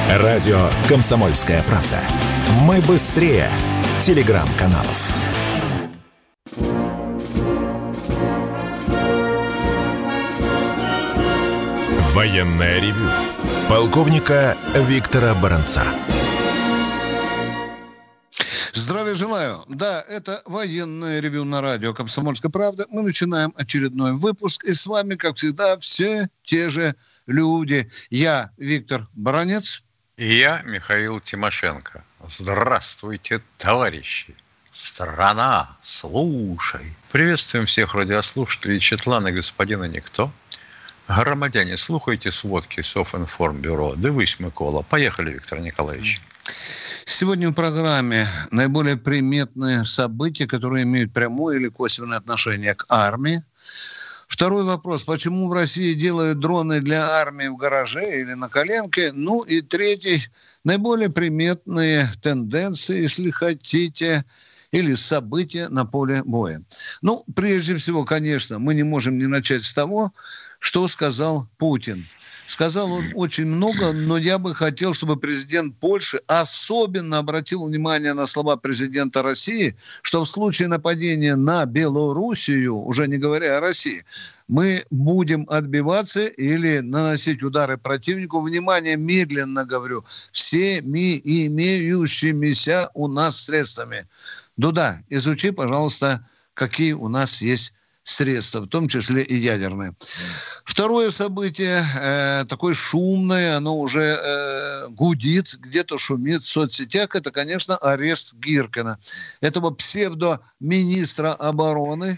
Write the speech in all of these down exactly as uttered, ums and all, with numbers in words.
Радио «Комсомольская правда». Мы быстрее телеграм-каналов. Военное ревю полковника Виктора Баранца. Здравия желаю. Да, это военное ревю на радио «Комсомольская правда». Мы начинаем очередной выпуск. И с вами, как всегда, все те же люди. Я Виктор Баранец. И я Михаил Тимошенко. Здравствуйте, товарищи. Страна, слушай. Приветствуем всех радиослушателей Четлана господина Никто. Громадяне, слухайте сводки Софинформбюро. Дивись, Микола. Поехали, Виктор Николаевич. Сегодня в программе наиболее приметные события, которые имеют прямое или косвенное отношение к армии. Второй вопрос. Почему в России делают дроны для армии в гараже или на коленке? Ну и третий. Наиболее приметные тенденции, если хотите, или события на поле боя. Ну, прежде всего, конечно, мы не можем не начать с того, что сказал Путин. Сказал он очень много, но я бы хотел, чтобы президент Польши особенно обратил внимание на слова президента России, что в случае нападения на Белоруссию, уже не говоря о России, мы будем отбиваться или наносить удары противнику. Внимание, медленно говорю, всеми имеющимися у нас средствами. Дуда, изучи, пожалуйста, какие у нас есть средства, в том числе и ядерные. Второе событие, э, такое шумное, оно уже э, гудит, где-то шумит в соцсетях, это, конечно, арест Гиркина, этого псевдо-министра обороны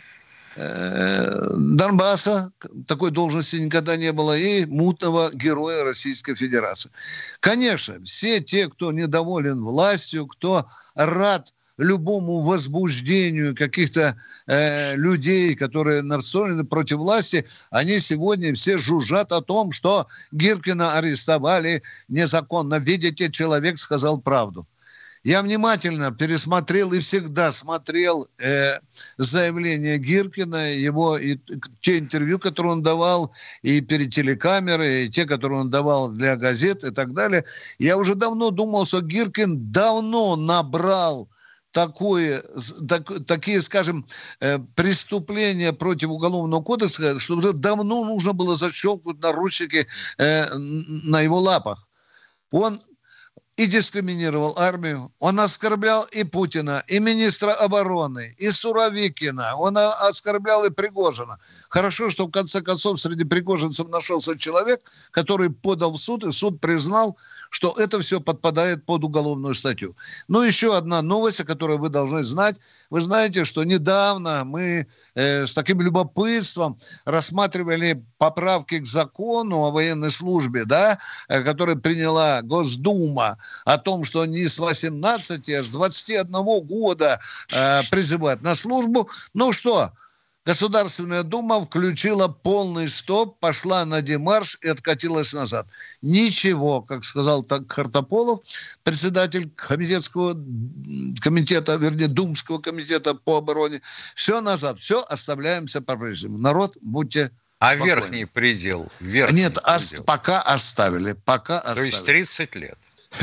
э, Донбасса, такой должности никогда не было, и мутного героя Российской Федерации. Конечно, все те, кто недоволен властью, кто рад любому возбуждению каких-то э, людей, которые настроены против власти, они сегодня все жужжат о том, что Гиркина арестовали незаконно. Видите, человек сказал правду. Я внимательно пересмотрел и всегда смотрел э, заявление Гиркина, его и те интервью, которые он давал и перед телекамерой, и те, которые он давал для газет и так далее. Я уже давно думал, что Гиркин давно набрал Такое, так, такие, скажем, э, преступления против Уголовного кодекса, что уже давно нужно было защелкнуть наручники э, на его лапах. Он и дискриминировал армию, он оскорблял и Путина, и министра обороны, и Суровикина, он оскорблял и Пригожина. Хорошо, что в конце концов среди пригожинцев нашелся человек, который подал в суд, и суд признал, что это все подпадает под уголовную статью. Ну, еще одна новость, о которой вы должны знать. Вы знаете, что недавно мы э, с таким любопытством рассматривали поправки к закону о военной службе, да, э, который приняла Госдума, о том, что не с восемнадцати, а с двадцати одного года э, призывать на службу. Ну что, Государственная Дума включила полный стоп, пошла на демарш и откатилась назад. Ничего, как сказал так Картополов, председатель комитетского комитета, вернее, Думского комитета по обороне, все назад, все оставляемся по-прежнему. Народ, будьте а спокойны. Верхний предел? Верхний Нет, предел. Ос- пока оставили. Пока То оставили. есть тридцать лет.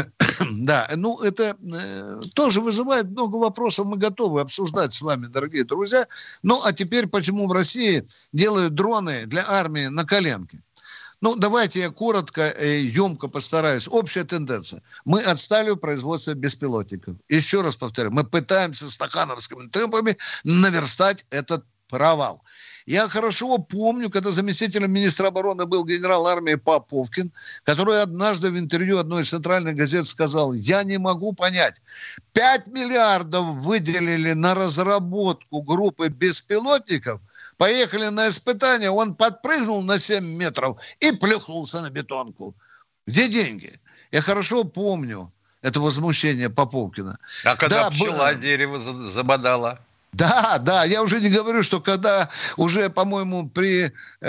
Да, ну это э, тоже вызывает много вопросов, мы готовы обсуждать с вами, дорогие друзья. Ну а теперь, почему в России делают дроны для армии на коленке? Ну давайте я коротко и емко постараюсь. Общая тенденция. Мы отстали в производстве беспилотников. Еще раз повторяю, мы пытаемся стахановскими темпами наверстать этот провал. Я хорошо помню, когда заместителем министра обороны был генерал армии Поповкин, который однажды в интервью одной из центральных газет сказал: я не могу понять, пять миллиардов выделили на разработку группы беспилотников, поехали на испытания, он подпрыгнул на семь метров и плюхнулся на бетонку. Где деньги? Я хорошо помню это возмущение Поповкина. А когда да, пчела было... дерево забодала? Да, да, я уже не говорю, что когда уже, по-моему, при,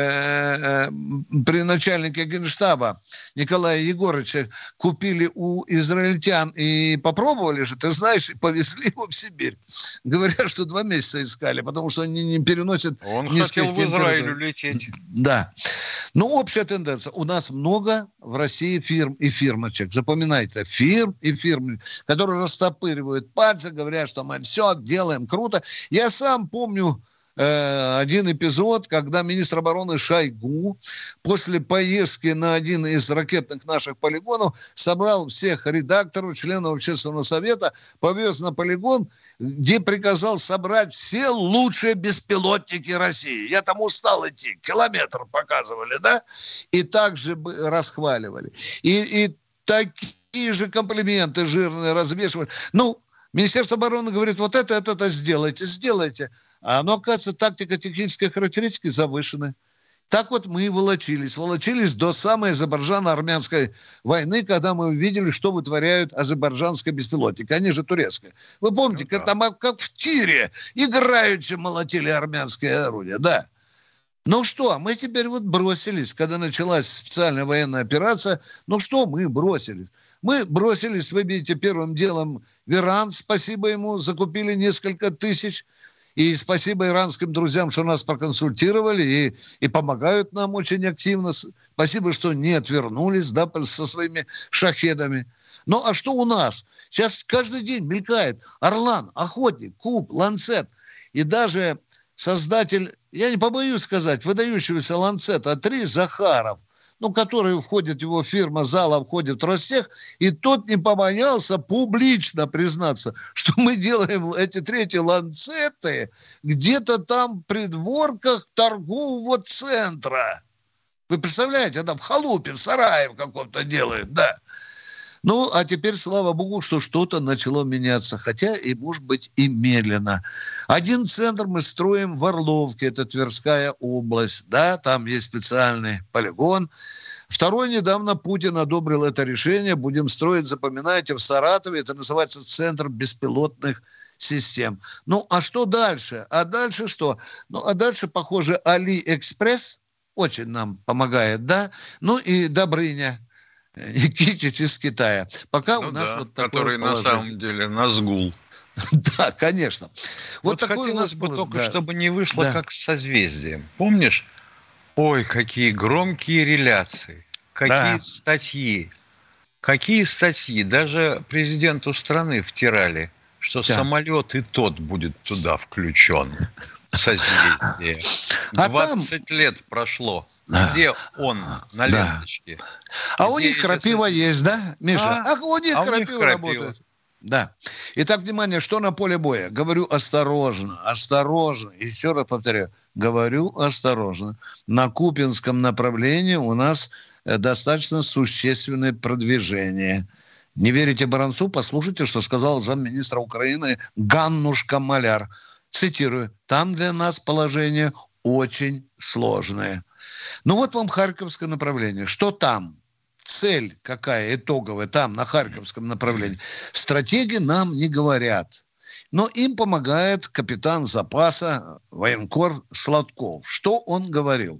э, при начальнике Генштаба Николая Егоровича купили у израильтян и попробовали же, ты знаешь, и повезли его в Сибирь. Говорят, что два месяца искали, потому что они не переносят... Он хотел в Израиль улететь. Да. Ну, общая тенденция. У нас много в России фирм и фирмочек. Запоминайте, фирм и фирм, которые растопыривают пальцы, говорят, что мы все делаем круто. Я сам помню э, один эпизод, когда министр обороны Шойгу после поездки на один из ракетных наших полигонов собрал всех редакторов, членов общественного совета, повез на полигон, где приказал собрать все лучшие беспилотники России. Я там устал идти, километр показывали, да? И также расхваливали. И, и такие же комплименты жирные развешивали. Ну, Министерство обороны говорит, вот это, это, это сделайте, сделайте. А оно, оказывается, тактико-технические характеристики завышены. Так вот мы и волочились. Волочились до самой Азербайджано-армянской войны, когда мы увидели, что вытворяют азербайджанские беспилотники. Они же турецкие. Вы помните, ну, да. Там как в тире играючи молотили армянские орудия. Да. Ну что, мы теперь вот бросились, когда началась специальная военная операция. Ну что, мы бросились. Мы бросились, вы видите, первым делом в Иран. Спасибо ему, закупили несколько тысяч. И спасибо иранским друзьям, что нас проконсультировали и, и помогают нам очень активно. Спасибо, что не отвернулись, да, со своими шахедами. Ну, а что у нас? Сейчас каждый день мелькает Орлан, Охотник, Куб, Ланцет. И даже создатель, я не побоюсь сказать, выдающегося Ланцета три Захаров, ну, который входит, его фирма зала входит в Ростех, и тот не побоялся публично признаться, что мы делаем эти третьи ланцеты где-то там в придворках торгового центра. Вы представляете, там в халупе, в сарае в каком-то делают, да. Ну, а теперь, слава богу, что что-то начало меняться, хотя и, может быть, и медленно. Один центр мы строим в Орловке, это Тверская область, да, там есть специальный полигон. Второй недавно Путин одобрил это решение, будем строить, запоминайте, в Саратове, это называется Центр беспилотных систем. Ну, а что дальше? А дальше что? Ну, а дальше, похоже, Алиэкспресс очень нам помогает, да, ну и Добрыня Никитич из Китая. Пока ну у нас да, вот такое который положение. На самом деле Назгул. Да, конечно. Вот, вот такой хотелось у нас бы был, только, да. чтобы не вышло да. как с созвездием. Помнишь? Ой, какие громкие реляции, какие да. статьи, какие статьи. Даже президенту страны втирали, что да. самолет и тот будет туда включен. Созвездие. двадцать а там... лет прошло. Да. Где он на ленточке? Да. А у них крапива созвездия? Есть, да, Миша? А, а у них а крапива, у них крапива работает. Да. Итак, внимание, что на поле боя? Говорю осторожно, осторожно. Еще раз повторяю, говорю осторожно. На Купинском направлении у нас достаточно существенное продвижение. Не верите Баранцу? Послушайте, что сказал замминистра Украины Ганнушка Маляр. Цитирую. Там для нас положение очень сложное. Ну вот вам Харьковское направление. Что там? Цель какая итоговая там, на Харьковском направлении? Стратеги нам не говорят. Но им помогает капитан запаса военкор Сладков. Что он говорил?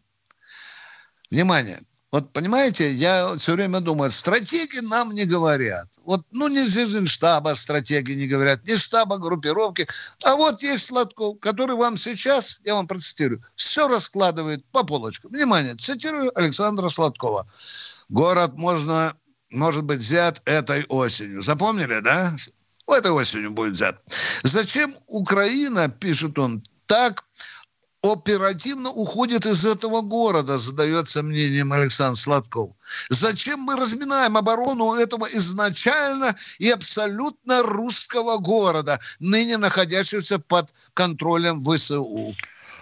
Внимание. Вот понимаете, я все время думаю, стратеги нам не говорят. Вот, ну, не из штаба стратеги не говорят, не штаба группировки. А вот есть Сладков, который вам сейчас, я вам процитирую, все раскладывает по полочкам. Внимание, цитирую Александра Сладкова. Город можно, может быть взят этой осенью. Запомнили, да? Этой осенью будет взят. Зачем Украина, пишет он, так оперативно уходит из этого города, задается мнением Александр Сладков. Зачем мы разминаем оборону этого изначально и абсолютно русского города, ныне находящегося под контролем ВСУ?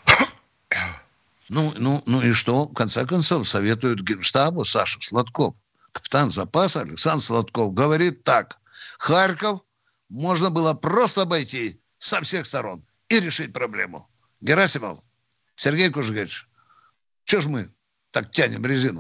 Ну, ну, ну и что? В конце концов, советуют Генштабу Саша Сладков, капитан запаса Александр Сладков, говорит так. Харьков можно было просто обойти со всех сторон и решить проблему. Герасимов, Сергей Кужугевич, что ж мы так тянем резину?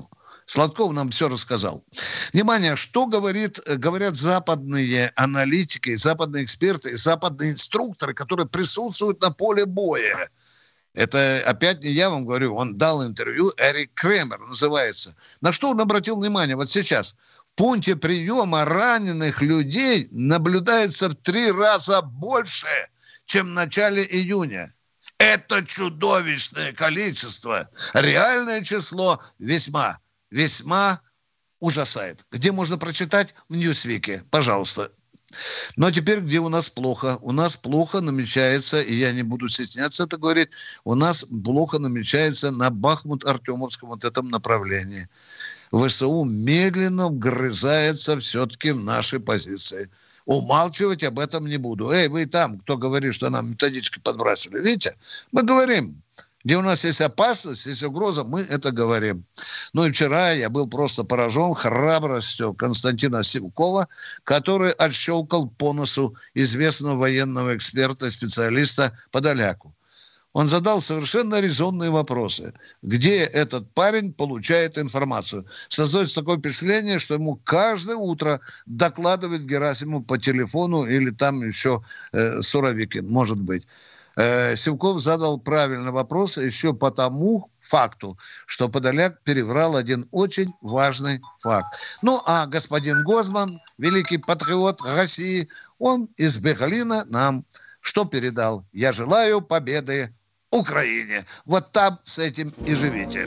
Сладков нам все рассказал. Внимание, что говорит, говорят западные аналитики, западные эксперты, западные инструкторы, которые присутствуют на поле боя. Это опять не я вам говорю, он дал интервью, Эрик Кремер называется. На что он обратил внимание вот сейчас? В пункте приема раненых людей наблюдается в три раза больше, чем в начале июня. Это чудовищное количество. Реальное число весьма, весьма ужасает. Где можно прочитать? В Ньюсвике. Пожалуйста. Но теперь, где у нас плохо? У нас плохо намечается, и я не буду стесняться это говорить, у нас плохо намечается на Бахмут-Артемовском вот этом направлении. ВСУ медленно вгрызается все-таки в наши позиции. Умалчивать об этом не буду. Эй, вы там, кто говорит, что нам методички подбрасывали. Видите, мы говорим, где у нас есть опасность, есть угроза, мы это говорим. Ну и вчера я был просто поражен храбростью Константина Сивкова, который отщелкал по носу известного военного эксперта, специалиста Подоляку. Он задал совершенно резонные вопросы. Где этот парень получает информацию? Создается такое впечатление, что ему каждое утро докладывает Герасимов по телефону или там еще э, Суровикин, может быть. Э, Сивков задал правильный вопрос еще по тому факту, что Подоляк переврал один очень важный факт. Ну, а господин Гозман, великий патриот России, он из Берлина нам что передал? Я желаю победы Украине. Вот там с этим и живите.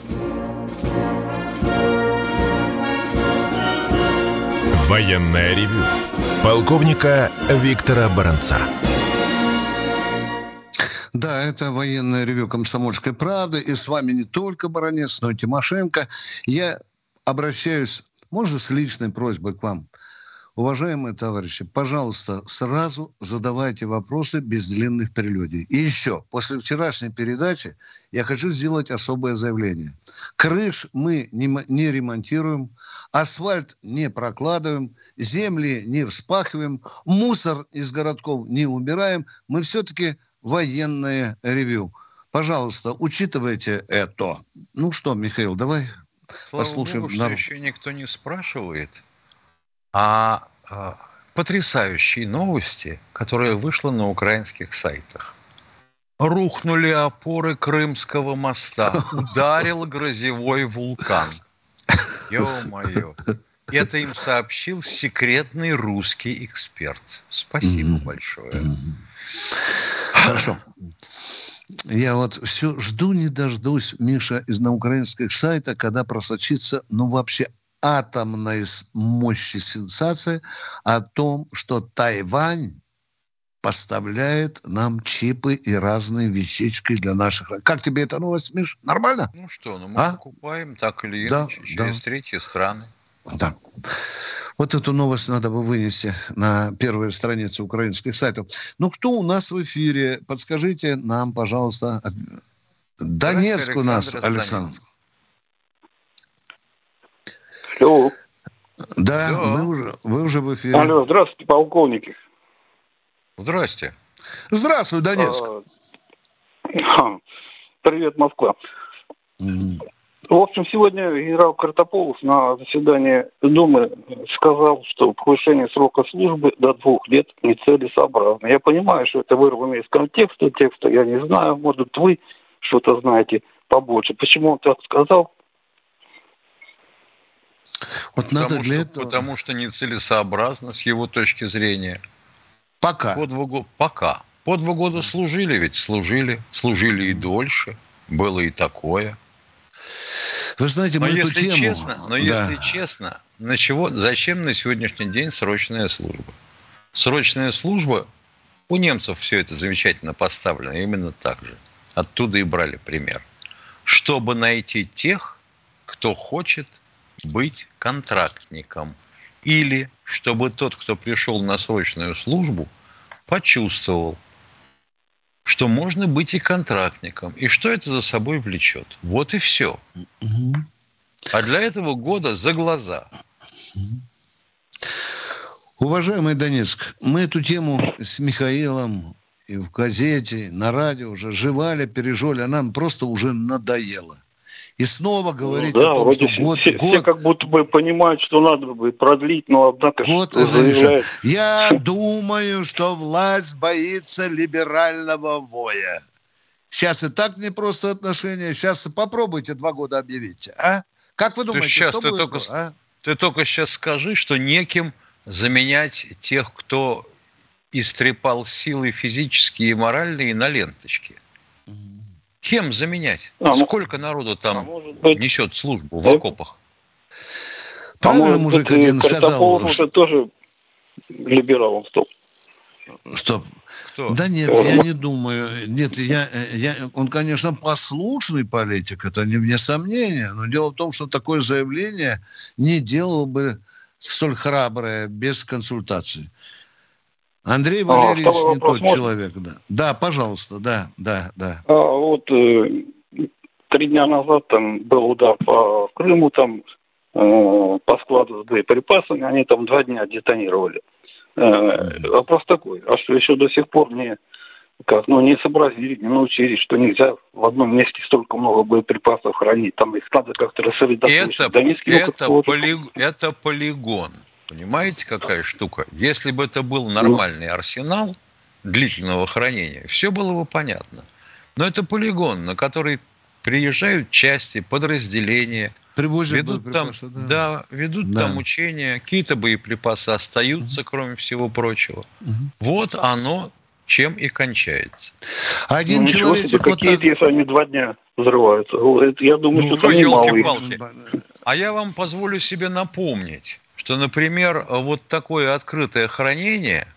Военное ревю полковника Виктора Баранца. Да, это военное ревю «Комсомольской правды». И с вами не только Баранец, но и Тимошенко. Я обращаюсь, может, с личной просьбой к вам. Уважаемые товарищи, пожалуйста, сразу задавайте вопросы без длинных прелюдий. И еще, после вчерашней передачи я хочу сделать особое заявление. Крыш мы не, не ремонтируем, асфальт не прокладываем, земли не вспахиваем, мусор из городков не убираем. Мы все-таки военное ревю. Пожалуйста, учитывайте это. Ну что, Михаил, давай Слава послушаем. Богу, что еще никто не спрашивает. А, а потрясающие новости, которые вышли на украинских сайтах. Рухнули опоры Крымского моста. Ударил грозевой вулкан. Ё-моё. Это им сообщил секретный русский эксперт. Спасибо mm-hmm. большое. Mm-hmm. Хорошо. Я вот все жду, не дождусь, Миша, из на украинских сайтах, когда просочится, ну, вообще атомной мощи сенсация о том, что Тайвань поставляет нам чипы и разные вещички для наших... Как тебе эта новость, Миш? Нормально? Ну что, ну мы а? покупаем так или иначе да, через да. третьи страны. Да. Вот эту новость надо бы вынести на первые страницы украинских сайтов. Ну, кто у нас в эфире? Подскажите нам, пожалуйста. Донецк у нас, Александр. Алло. Да, вы уже, вы уже в эфире. Алло, здравствуйте, полковники. Здрасте. Здравствуй, Донецк. А, привет, Москва. Mm. В общем, сегодня генерал Картополов на заседании Думы сказал, что повышение срока службы до двух лет нецелесообразно. Я понимаю, что это вырвано из контекста, текста я не знаю, может, вы что-то знаете побольше. Почему он так сказал? Вот потому, надо для что, этого... потому что нецелесообразно с его точки зрения. Пока. По два года, пока. По два года служили, ведь служили. Служили и дольше. Было и такое. Вы знаете, мы но эту если тему... Честно, но да. если честно, на чего, зачем на сегодняшний день срочная служба? Срочная служба, у немцев все это замечательно поставлено, именно так же. Оттуда и брали пример. Чтобы найти тех, кто хочет быть контрактником. Или чтобы тот, кто пришел на срочную службу, почувствовал, что можно быть и контрактником. И что это за собой влечет. Вот и все. Угу. А для этого года за глаза. Уважаемый Донецк, мы эту тему с Михаилом и в газете, на радио уже жевали, пережевали, а нам просто уже надоело. И снова говорить ну, да, о том, что все, год, все, год... все как будто бы понимают, что надо бы продлить, но однако год что заявляет... Я думаю, что власть боится либерального воя. Сейчас и так непросто отношения. Сейчас попробуйте два года объявить. А? Как вы думаете, сейчас что ты будет? Только, а? ты только сейчас скажи, что неким заменять тех, кто истрепал силы физические и моральные на ленточке. Кем заменять? А, Сколько народу там а быть, несет службу в окопах? Правильно а мужик быть, один сказал. Уже тоже либералом стоп. Стоп. Кто? Да нет, О, я не думаю. Нет, я, я, он, конечно, послушный политик, это не вне сомнения. Но дело в том, что такое заявление не делал бы столь храброе без консультации. Андрей Валерьевич а, не тот можно? человек, да. Да, пожалуйста, да, да, да. А, вот э, три дня назад там был удар по Крыму, там э, по складу с боеприпасами, они там два дня детонировали. Э, mm-hmm. Вопрос такой, а что еще до сих пор не, как, ну, не сообразили, не научились, что нельзя в одном месте столько много боеприпасов хранить, там их надо как-то рассредоточить. Это, это, полиг... это полигон. Понимаете, какая штука? Если бы это был нормальный арсенал длительного хранения, все было бы понятно. Но это полигон, на который приезжают части, подразделения, Привозят ведут там, да. Да, ведут да. там учения, какие-то боеприпасы остаются, угу. кроме всего прочего. Угу. Вот оно чем и кончается. Один ну, человек... Себе, какие вот... если они два дня взрываются? Я думаю, ну, что это елки-палки. А я вам позволю себе напомнить, что, например, вот такое открытое хранение,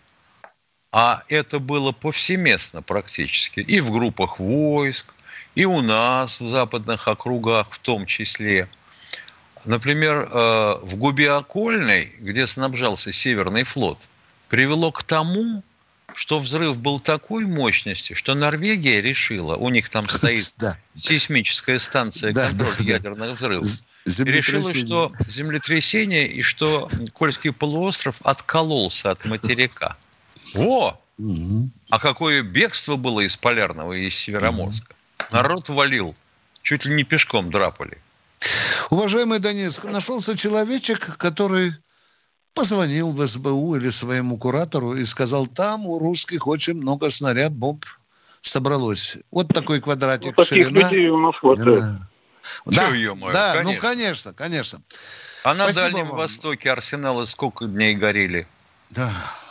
а это было повсеместно практически, и в группах войск, и у нас в западных округах в том числе. Например, в Губе Окольной, где снабжался Северный флот, привело к тому, что взрыв был такой мощности, что Норвегия решила, у них там стоит да. сейсмическая станция да, контроля да, ядерных да. взрывов, решила, что землетрясение и что Кольский полуостров откололся от материка. Во! Угу. А какое бегство было из Полярного и из Североморска. Угу. Народ валил, чуть ли не пешком драпали. Уважаемый Донецк, нашелся человечек, который позвонил в эс бэ у или своему куратору и сказал, там у русских очень много снаряд, бомб собралось. Вот такой квадратик ну, ширина. Таких людей у нас хватает. Да, да, ё-моё, да конечно. ну конечно, конечно. А на Спасибо Дальнем вам. Востоке арсеналы сколько дней горели? Да.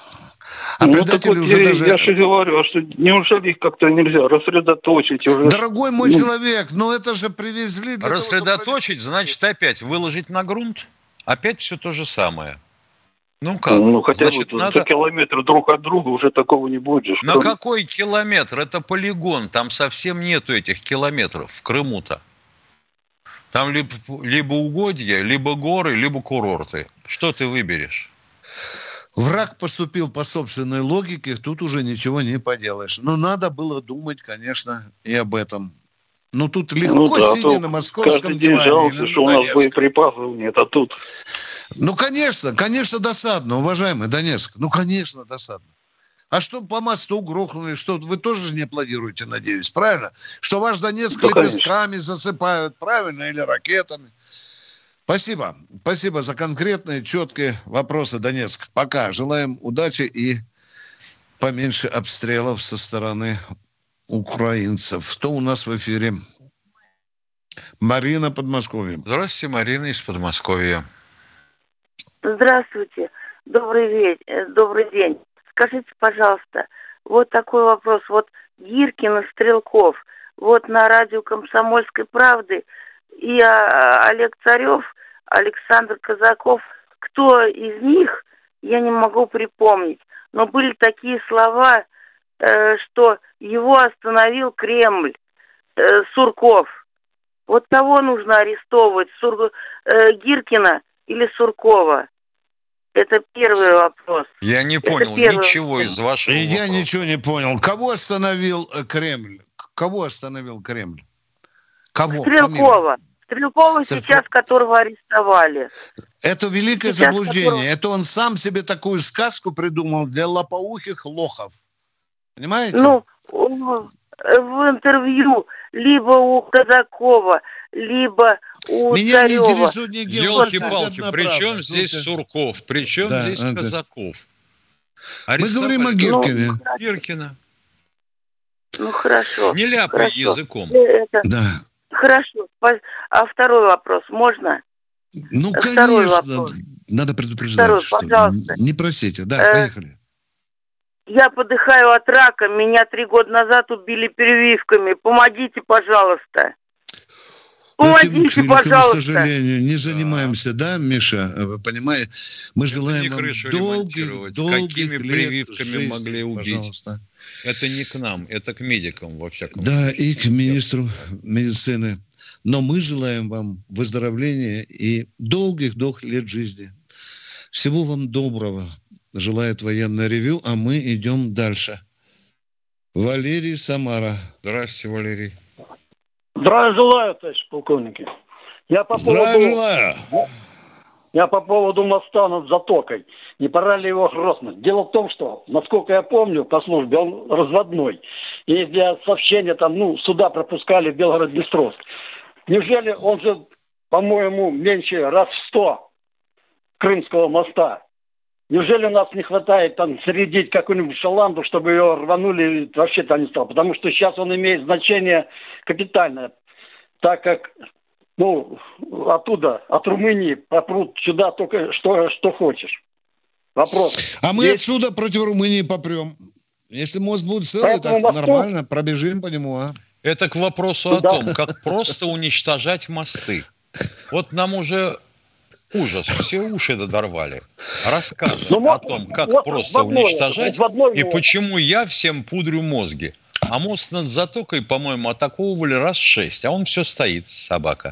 А ну, предатели вот уже я, даже... Я же говорю, а что неужели их как-то нельзя рассредоточить? Уже... Дорогой мой ну... человек, но это же привезли... Для рассредоточить, того, значит, опять выложить на грунт? Опять все то же самое. Ну как? Ну хотя Значит, бы надо... за километр друг от друга уже такого не будет. На что... какой километр? Это полигон. Там совсем нету этих километров в Крыму-то. Там либо, либо угодья, либо горы, либо курорты. Что ты выберешь? Враг поступил по собственной логике, тут уже ничего не поделаешь. Но надо было думать, конечно, и об этом. Ну тут легко, ну, да, сидя на московском диване. Жалуются, что у нас боеприпасов нет, а тут... Ну, конечно, конечно, досадно, уважаемый Донецк. Ну, конечно, досадно. А что по мосту грохнули, что вы тоже не аплодируете, надеюсь, правильно? Что ваш Донецк да, лепестками конечно. засыпают, правильно, или ракетами? Спасибо. Спасибо за конкретные, четкие вопросы, Донецк. Пока. Желаем удачи и поменьше обстрелов со стороны украинцев. Кто у нас в эфире? Марина, Подмосковье. Здравствуйте, Марина из Подмосковья. Здравствуйте. Добрый вечер, добрый день. Скажите, пожалуйста, вот такой вопрос. Вот Гиркин и Стрелков, вот на радио «Комсомольской правды» и Олег Царев, Александр Казаков, кто из них, я не могу припомнить, но были такие слова, что его остановил Кремль, Сурков. Вот кого нужно арестовывать, Сур... Гиркина или Суркова? Это первый вопрос. Я не понял ничего из вашего Я вопроса. ничего не понял. Кого остановил Кремль? Кого остановил Кремль? Кого? Стрелкова. Стрелкова Стрелков... сейчас, которого арестовали. Это великое сейчас заблуждение. Которого... Это он сам себе такую сказку придумал для лопоухих лохов. Понимаете? Ну, в интервью либо у Казакова, либо у Меня Царева. не интересует нигде. Елки-палки, при чем здесь Сурков? При чем да, здесь это... Казаков? Мы говорим о Гиркине. Ну, Гиркина. Ну, хорошо. Не ляпай хорошо. языком. Это... Да. Хорошо. А второй вопрос можно? Ну, второй конечно. Вопрос. Надо предупреждать, второй, что пожалуйста. Не просите. Да, э- поехали. Я подыхаю от рака. Меня три года назад убили прививками. Помогите, пожалуйста. Помогите, Этим, пожалуйста. К сожалению, не занимаемся, да, Миша? Вы понимаете? Мы Это желаем вам долгих, долгих Какими лет прививками жизни, могли убить? Пожалуйста. Это не к нам, это к медикам, во всяком да, случае. Да, и к министру медицины. Но мы желаем вам выздоровления и долгих-долгих лет жизни. Всего вам доброго. Желает военное ревю, а мы идем дальше. Валерий, Самара. Здравствуйте, Валерий. Здравия желаю, товарищ полковники. Я по Здравия поводу... желаю. Я по поводу моста над Затокой. Не пора ли его грохнуть? Дело в том, что, насколько я помню, по службе он разводной. И для сообщения там, ну, суда пропускали в Белгород-Днестровск. Неужели он же, по-моему, меньше раз в сто Крымского моста? Неужели у нас не хватает там зарядить какую-нибудь шаланду, чтобы ее рванули и вообще там не стало? Потому что сейчас он имеет значение капитальное, так как, ну, оттуда, от Румынии попрут сюда только что, что хочешь. Вопрос. А мы Есть... отсюда против Румынии попрем. Если мост будет целый, Поэтому так мосту... нормально, пробежим по нему, а? Это к вопросу о том, как просто уничтожать мосты. Вот нам уже... Ужас, все уши додорвали. Рассказывать ну, о том, как вот просто одной, уничтожать и его. Почему я всем пудрю мозги. А мост над Затокой, по-моему, атаковывали раз шесть, а он все стоит, собака.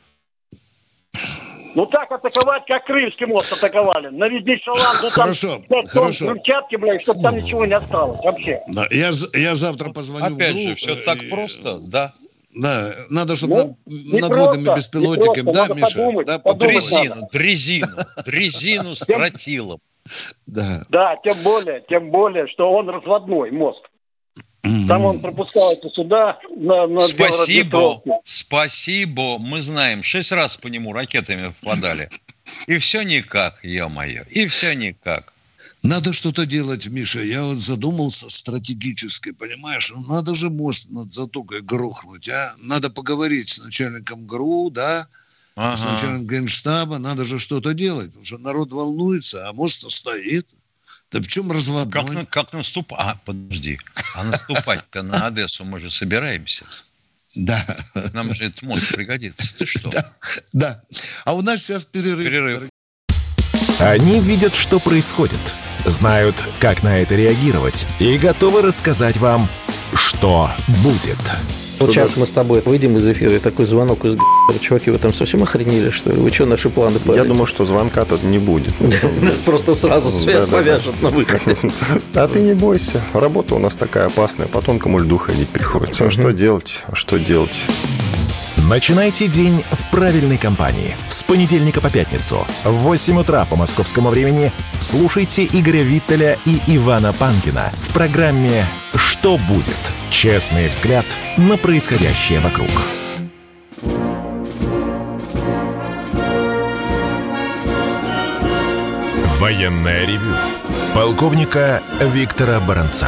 Ну так атаковать, как Крымский мост атаковали. Наведить шаланду, хорошо, там хорошо. взрывчатки, блядь, чтобы там ничего не осталось вообще. Да, я, я завтра позвоню Опять в ГРУ, же, все так и... просто, да. Да, надо, чтобы ну, над, над водными беспилотниками, да, Миша? Подумать, да, подумать дрезину, надо. дрезину, дрезину с тротилом. Да. Да, тем более, тем более, что он разводной мост. Mm-hmm. Там он пропускается сюда, на, на Спасибо, спасибо, мы знаем, шесть раз по нему ракетами впадали. И все никак, ё-моё, и все никак. Надо что-то делать, Миша. Я вот задумался стратегически, понимаешь? Ну, надо же мост над Затокой грохнуть, а? Надо поговорить с начальником ГРУ, да? Ага. С начальником Генштаба. Надо же что-то делать, потому что народ волнуется, а мост стоит. Да в чем разводной? Как, как наступать? А, подожди. А наступать-то на Одессу мы же собираемся. Да. Нам же этот мост пригодится. Ты что? Да, да. А у нас сейчас перерыв. Перерыв. Они видят, что происходит, знают, как на это реагировать, и готовы рассказать вам, что будет. Вот сейчас мы с тобой выйдем из эфира, и такой звонок из г***. Чуваки, вы там совсем охренели, что ли? Вы что, наши планы падаете? Я думаю, что звонка-то не будет. Просто сразу свет повяжет на выходе. А ты не бойся. Работа у нас такая опасная. По тонкому льду ходить приходится. А что делать? А что делать? Начинайте день в правильной компании. С понедельника по пятницу в восемь утра по московскому времени слушайте Игоря Виттеля и Ивана Панкина в программе «Что будет?». Честный взгляд на происходящее вокруг. Военное ревю полковника Виктора Баранца.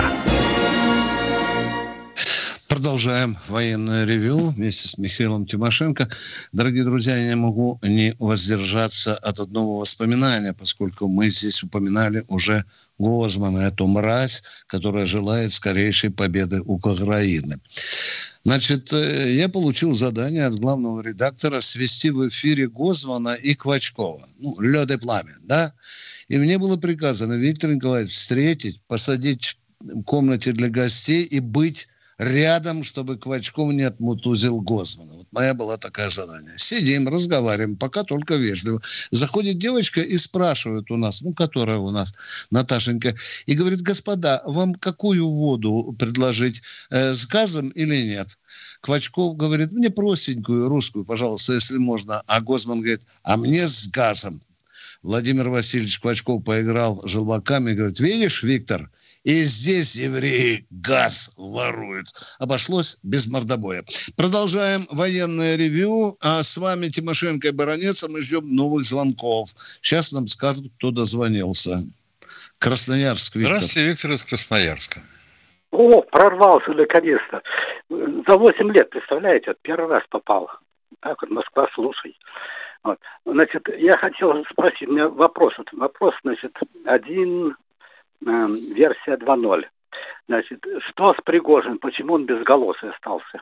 Продолжаем военное ревю вместе с Михаилом Тимошенко. Дорогие друзья, я не могу не воздержаться от одного воспоминания, поскольку мы здесь упоминали уже Гозмана, эту мразь, которая желает скорейшей победы Украины. Значит, я получил задание от главного редактора свести в эфире Гозмана и Квачкова. Ну, лед и пламя, да? И мне было приказано Виктор Николаевич встретить, посадить в комнате для гостей и быть рядом, чтобы Квачков не отмутузил Гозмана. Вот моя была такая задание. Сидим, разговариваем, пока только вежливо. Заходит девочка и спрашивает у нас, ну, которая у нас, Наташенька, и говорит: господа, вам какую воду предложить, э, с газом или нет? Квачков говорит: мне простенькую русскую, пожалуйста, если можно. А Гозман говорит: а мне с газом. Владимир Васильевич Клочков поиграл желваками и говорит: видишь, Виктор, и здесь евреи газ воруют. Обошлось без мордобоя. Продолжаем военное ревью. А с вами Тимошенко и Баранец. А мы ждем новых звонков. Сейчас нам скажут, кто дозвонился. Красноярск, Виктор. Здравствуйте, Виктор из Красноярска. О, прорвался наконец-то. За восемь лет, представляете, вот первый раз попал. Так вот, Москва, слушай. Вот. Значит, я хотел спросить, у меня вопрос. Вот, вопрос, значит, один, э, версия два ноль. Значит, что с Пригожиным? Почему он безголосый остался?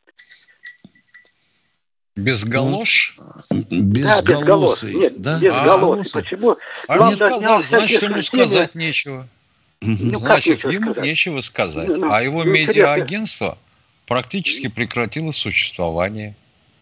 Безголош? Безголосый. Да, безголосый. Нет, да? безголосый. А, почему? А не сказал, значит, ему сказать нечего. Ну, значит, ему сказать? нечего сказать. Ну, ну, а его ну, медиаагентство практически прекратило существование.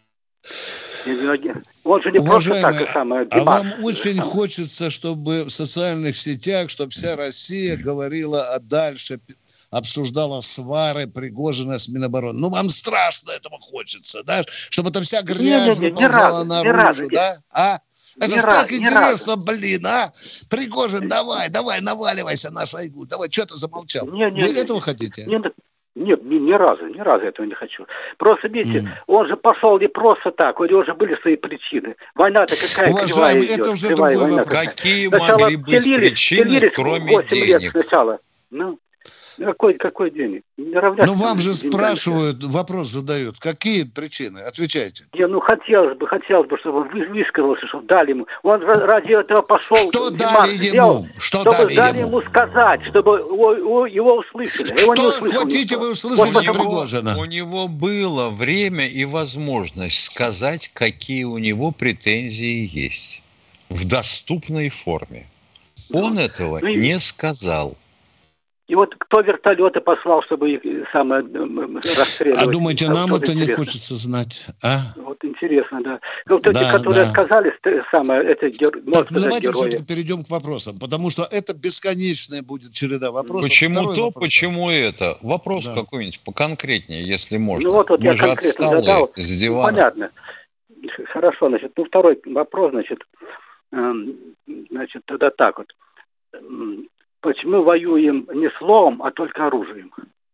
Он же не просто так и самое. А вам очень хочется, чтобы в социальных сетях, чтобы вся Россия говорила, а дальше обсуждала свары Пригожина с Минобороны. Ну, вам страшно этого хочется, да? Чтобы там вся грязь не, не, не, выползала не наружу, разу, да? А? Это же так интересно, блин, а? Пригожин, давай, давай, наваливайся на Шойгу. Давай, что ты замолчал? Не, не, Вы не, этого не, хотите? Не, Нет, ни, ни разу, ни разу этого не хочу. Просто, видите, mm. он же пошел не просто так, у него же были свои причины. Война-то какая Уважаемый, кривая идет. это уже другой вопрос. Какие сначала могли быть причины, кроме денег? Сначала. Ну, какой, какой денег? Ну, вам же спрашивают, вопрос задают. Какие причины? Отвечайте. Не, ну, хотелось бы, хотелось бы, чтобы он высказался, чтобы дали ему. Он ради этого пошел. Что дали ему? Что чтобы дали ему? ему сказать, чтобы его, его услышали. Его что не услышали хотите никто. вы услышать вот от Пригожина? У него было время и возможность сказать, какие у него претензии есть. В доступной форме. Он ну, этого ну, не сказал. И вот кто вертолеты послал, чтобы их самое расстреливать? А думаете, а нам это интересно. Не хочется знать? А? Вот интересно, да. Вот да, эти, которые да. сказали, самое, это гер... Так, ну давайте герои. Все-таки перейдем к вопросам, потому что это бесконечная будет череда вопросов. Почему Второй то, вопрос. Почему это? Вопрос да. какой-нибудь поконкретнее, если можно. Ну вот, вот Мы я же конкретно задал. С дивана. Ну, понятно. Хорошо, значит, ну второй вопрос, значит, эм, значит, тогда так вот. Почему воюем не словом, а только оружием?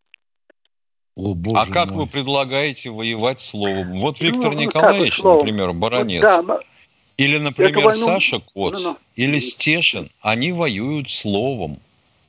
О, боже а как мой. вы предлагаете воевать словом? Вот Виктор ну, Николаевич, вот например, Баранец, вот, да, или, например, войну... Саша Коц, ну, ну. или Стешин, они воюют словом.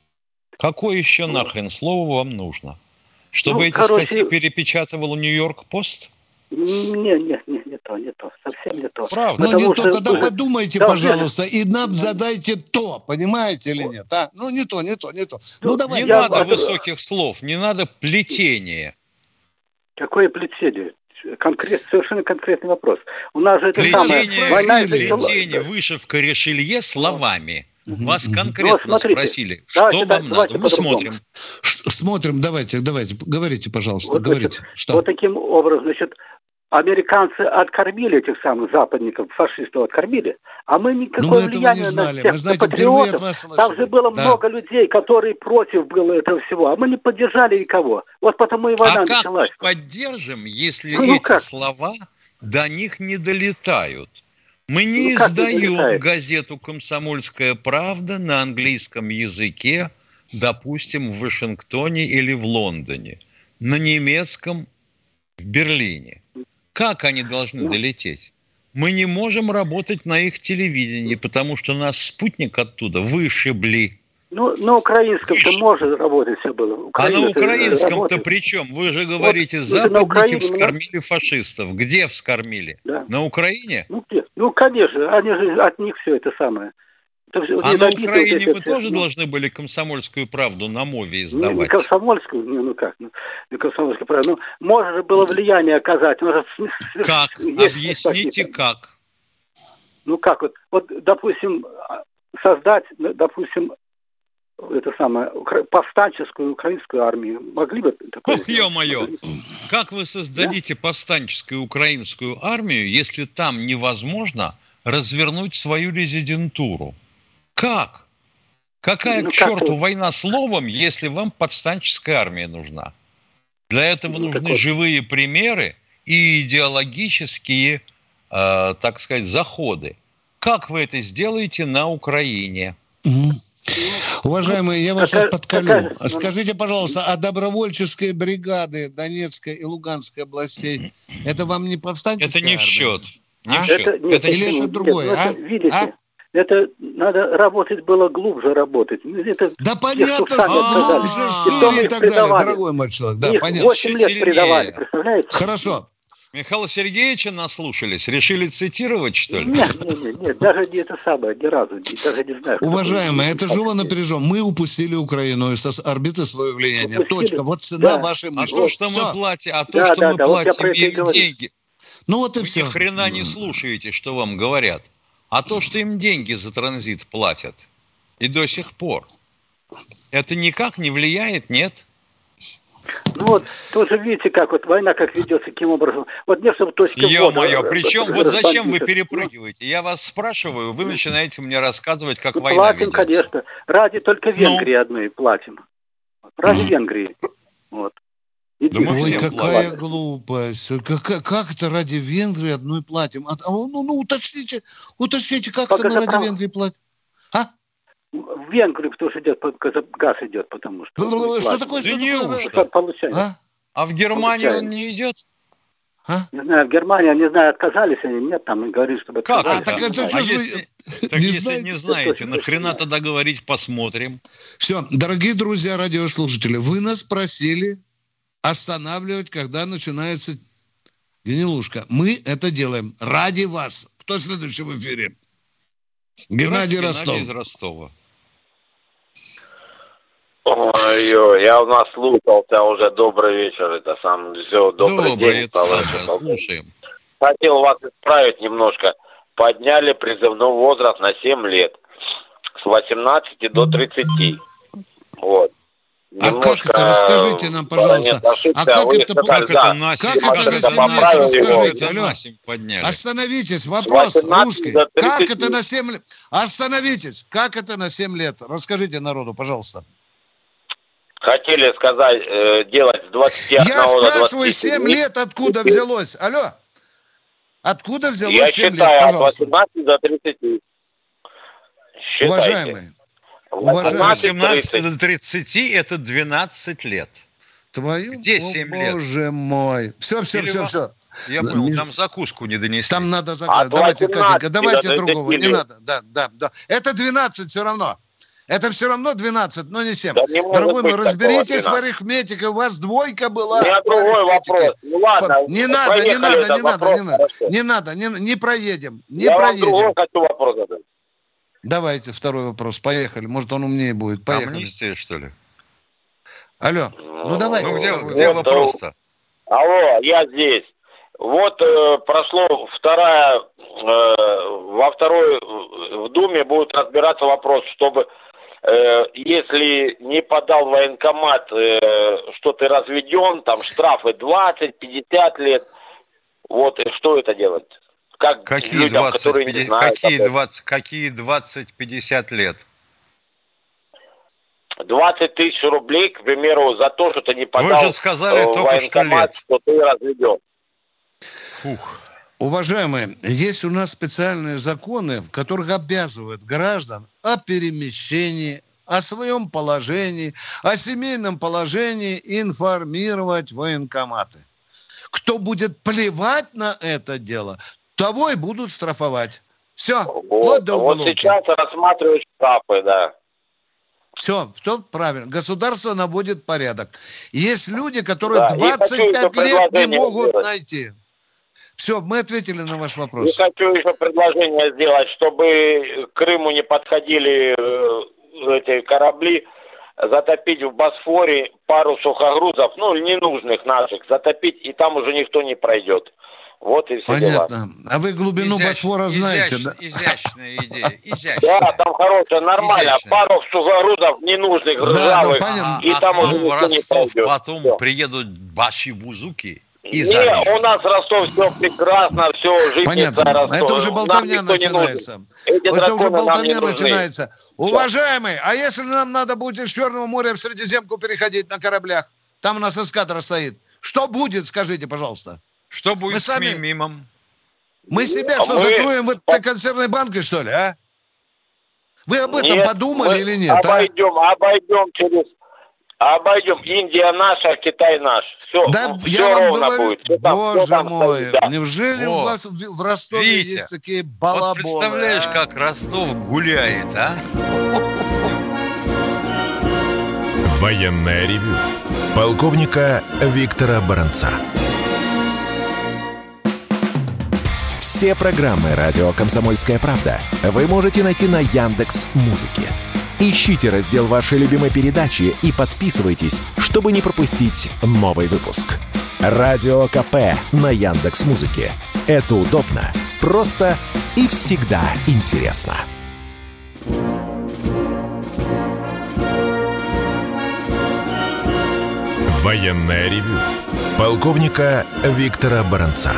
Какое еще ну. нахрен слово вам нужно? Чтобы ну, эти короче... статьи перепечатывал Нью-Йорк Пост? Нет, нет, нет, не то, не то, совсем не то. Правда. Ну, не то, тогда подумайте, да, пожалуйста, и нам задайте то, понимаете или нет? А? Ну, не то, не то, не то. Ну, ну давай. Не я... надо высоких слов, не надо плетения. Какое плетение? Конкрет, совершенно конкретный вопрос. У нас же это плетение, самое... Война, плетение, вышивка, решелье словами. Вас конкретно ну, спросили, что давайте, вам давайте надо. Мы смотрим. Смотрим, давайте, давайте, говорите, пожалуйста, вот, говорите. Значит, что? Вот таким образом, значит, американцы откормили этих самых западников, фашистов откормили, а мы никакое влияние на тех, мы, знаете, патриотов. Там же было да. много людей, которые против было этого всего, а мы не поддержали никого. Вот потому и война а началась. А как мы поддержим, если ну, эти как? слова до них не долетают? Мы не ну, издаем газету «Комсомольская правда» на английском языке, допустим, в Вашингтоне или в Лондоне, на немецком в Берлине. Как они должны ну. долететь? Мы не можем работать на их телевидении, потому что нас спутник оттуда вышибли. Ну, на украинском-то может работать все было. Украина а на украинском-то при чем? Вы же говорите, вот, западники Украине, вскормили фашистов. Где вскормили? Да. На Украине? Ну, где? Ну, конечно, они же от них все это самое. Это а на Украине вот вы все, тоже ну, должны были «Комсомольскую правду» на мове издавать? Не, не комсомольскую, не, ну как, ну, не комсомольскую правду. Ну, может же было влияние оказать. Может, как? Объясните, как? Ну, как вот, вот, допустим, создать, допустим, это самое, повстанческую украинскую армию. Могли бы такое? Ох, ё-моё! Как вы создадите да? повстанческую украинскую армию, если там невозможно развернуть свою резидентуру? Как? Какая ну, к черту как война словом, если вам повстанческая армия нужна? Для этого ну, нужны такой... живые примеры и идеологические, э, так сказать, заходы. Как вы это сделаете на Украине? Угу. Уважаемые, я вас сейчас подколю. Скажите, пожалуйста, а добровольческие бригады Донецкой и Луганской областей, это вам не повстанческая Это не в счет. Не а? в счет. Это, нет, это, или нет, это другое, нет, а? Это, видите, а? это надо работать было глубже работать. Это да понятно, что уже шире и так далее, дорогой мой человек. Да, понятно. восемь лет предавали, представляете? Хорошо. Михаила Сергеевича наслушались? Решили цитировать, что ли? Нет, нет, нет, нет, даже не это самое, ни разу, даже не знаю. Уважаемые, это же вы напряжем. Мы упустили Украину из орбиты свое влияние. Упустили? Точка. Вот цена да. вашей мысли. А то, что все. мы платим, а то, да, что да, мы да, платим вот им деньги. Ну вот и вы все. Ни хрена не слушаете, что вам говорят. А то, что им деньги за транзит платят. И до сих пор. Это никак не влияет, нет? Ну вот, тоже видите, как вот война как ведется, каким образом. Вот не чтобы точки Ё-моё, причем вот зачем вы перепрыгиваете? Я вас спрашиваю, вы начинаете мне рассказывать, как ну, война платим, ведется. Конечно, ради только Венгрии ну. одной платим. Ради Венгрии. Вот. Да ой, какая платим. Глупость. Как, как это ради Венгрии одной платим? А, ну, ну, уточните, уточните, как, как это мы ради прав... Венгрии платим? А? В Венгрию, потому что идет, газ идет, потому что... Ну, что такое? Да что такое? А? а в Германии Получаем. Он не идет? А? Не знаю, в Германии, не знаю, отказались они, нет, там и говорили, чтобы... Как? А, так это а что если, вы... так не если знаете? не знаете, нахрена тогда говорить посмотрим? Все, дорогие друзья, радиослушатели, вы нас просили останавливать, когда начинается гнилушка. Мы это делаем ради вас. Кто следующий в эфире? Геннадий Ростов. Геннадий из Ростова. Ой-ой, я у нас слушался уже. Добрый вечер. Это сам все. Добрый, добрый день. Это слушаем. Хотел вас исправить немножко. Подняли призывной возраст на семь лет. С восемнадцати до тридцати. Вот. А как это? Расскажите нам, пожалуйста. А как это, как это на семь лет? Расскажите, алло. Остановитесь, вопрос русский. Как это на семь лет? Остановитесь. Как это на семь лет? Расскажите народу, пожалуйста. Хотели сказать, э, делать с двадцати одного Я до спрашиваю, семь лет откуда взялось? Алло? Откуда взялось Я семь считаю, лет, пожалуйста? от восемнадцати до тридцати. Считайте. Уважаемые. Уважаемые. восемнадцати до тридцати это двенадцать лет. Твою, где семь лет? Боже мой. Все, все, все, все. Я понял, там закуску не донесли. Там надо закуску. Давайте, Катенька, давайте другого. Не надо. Да, да, да. Это двенадцать все равно. Это все равно двенадцать, но не семь. Да не Дорогой мой, разберитесь в арифметике. У вас двойка была. У меня другой вопрос. Ну ладно. Не надо, не надо, не надо, не надо. Не надо, не, не проедем. Не Я проедем. вам другой хочу вопрос задать. Давайте второй вопрос. Поехали. Может, он умнее будет. Поехали. Амнистия, что ли? Алло. Ну, ну давайте. Ну, где, где вот, вопрос-то? Алло, я здесь. Вот э, прошло вторая, э, во второй в Думе будет разбираться вопрос, чтобы э, если не подал в военкомат, э, что ты разведен, там штрафы двадцать-пятьдесят лет. Вот, и что это делать? Как какие людям, двадцать, пятьдесят, знают, какие двадцать, какие двадцать-пятьдесят лет? двадцать тысяч рублей, к примеру, за то, что ты не подал Вы же сказали в только военкомат, что, что ты разведен. Фух. Уважаемые, есть у нас специальные законы, в которых обязывают граждан о перемещении, о своем положении, о семейном положении информировать военкоматы. Кто будет плевать на это дело, того и будут штрафовать. Все, вот, до вот сейчас рассматривают штрафы, да. Все, все правильно. Государство наводит порядок. Есть люди, которые да, двадцать пять лет не могут сделать. найти. Все, мы ответили на ваш вопрос. Я хочу еще предложение сделать, чтобы к Крыму не подходили эти корабли, затопить в Босфоре пару сухогрузов, ну, ненужных наших, затопить, и там уже никто не пройдет. Вот и все. Понятно. Дела. А вы глубину Изящ... Босфора знаете, Изящ... да? Изящная идея. Изящная. Да, там хорошая, нормально. Изящная. Пару сухогрузов ненужных, ржавых, да, ну, и а, там а уже никто Ростов не пройдет. Потом все. Приедут баши-бузуки. И Нет, у нас Ростов все прекрасно, все, жизнь Понятно. Это уже болтовня начинается. Это уже болтовня начинается. Уважаемые, а если нам надо будет из Черного моря в Средиземку переходить на кораблях? Там у нас эскадра стоит. Что будет, скажите, пожалуйста? Что будет Мы с сами... мимимом? Мы себя что, мы... закроем в этой консервной банкой, что ли, а? Вы об этом нет, подумали или нет? Обойдем, а? обойдем через... Обойдем. Индия наша, Китай наш. Все, да, все я ровно вам говорю, будет. Все там, боже все там мой, стоит, да. неужели вот. у вас в Ростове Витя, есть такие балаболы? Вот представляешь, а? как Ростов гуляет, а? Военное ревю полковника Виктора Баранца. Все программы «Радио Комсомольская правда» вы можете найти на Яндекс.Музыке. Ищите раздел вашей любимой передачи и подписывайтесь, чтобы не пропустить новый выпуск. Радио КП на Яндекс.Музыке. Это удобно, просто и всегда интересно. Военное ревю полковника Виктора Баранца.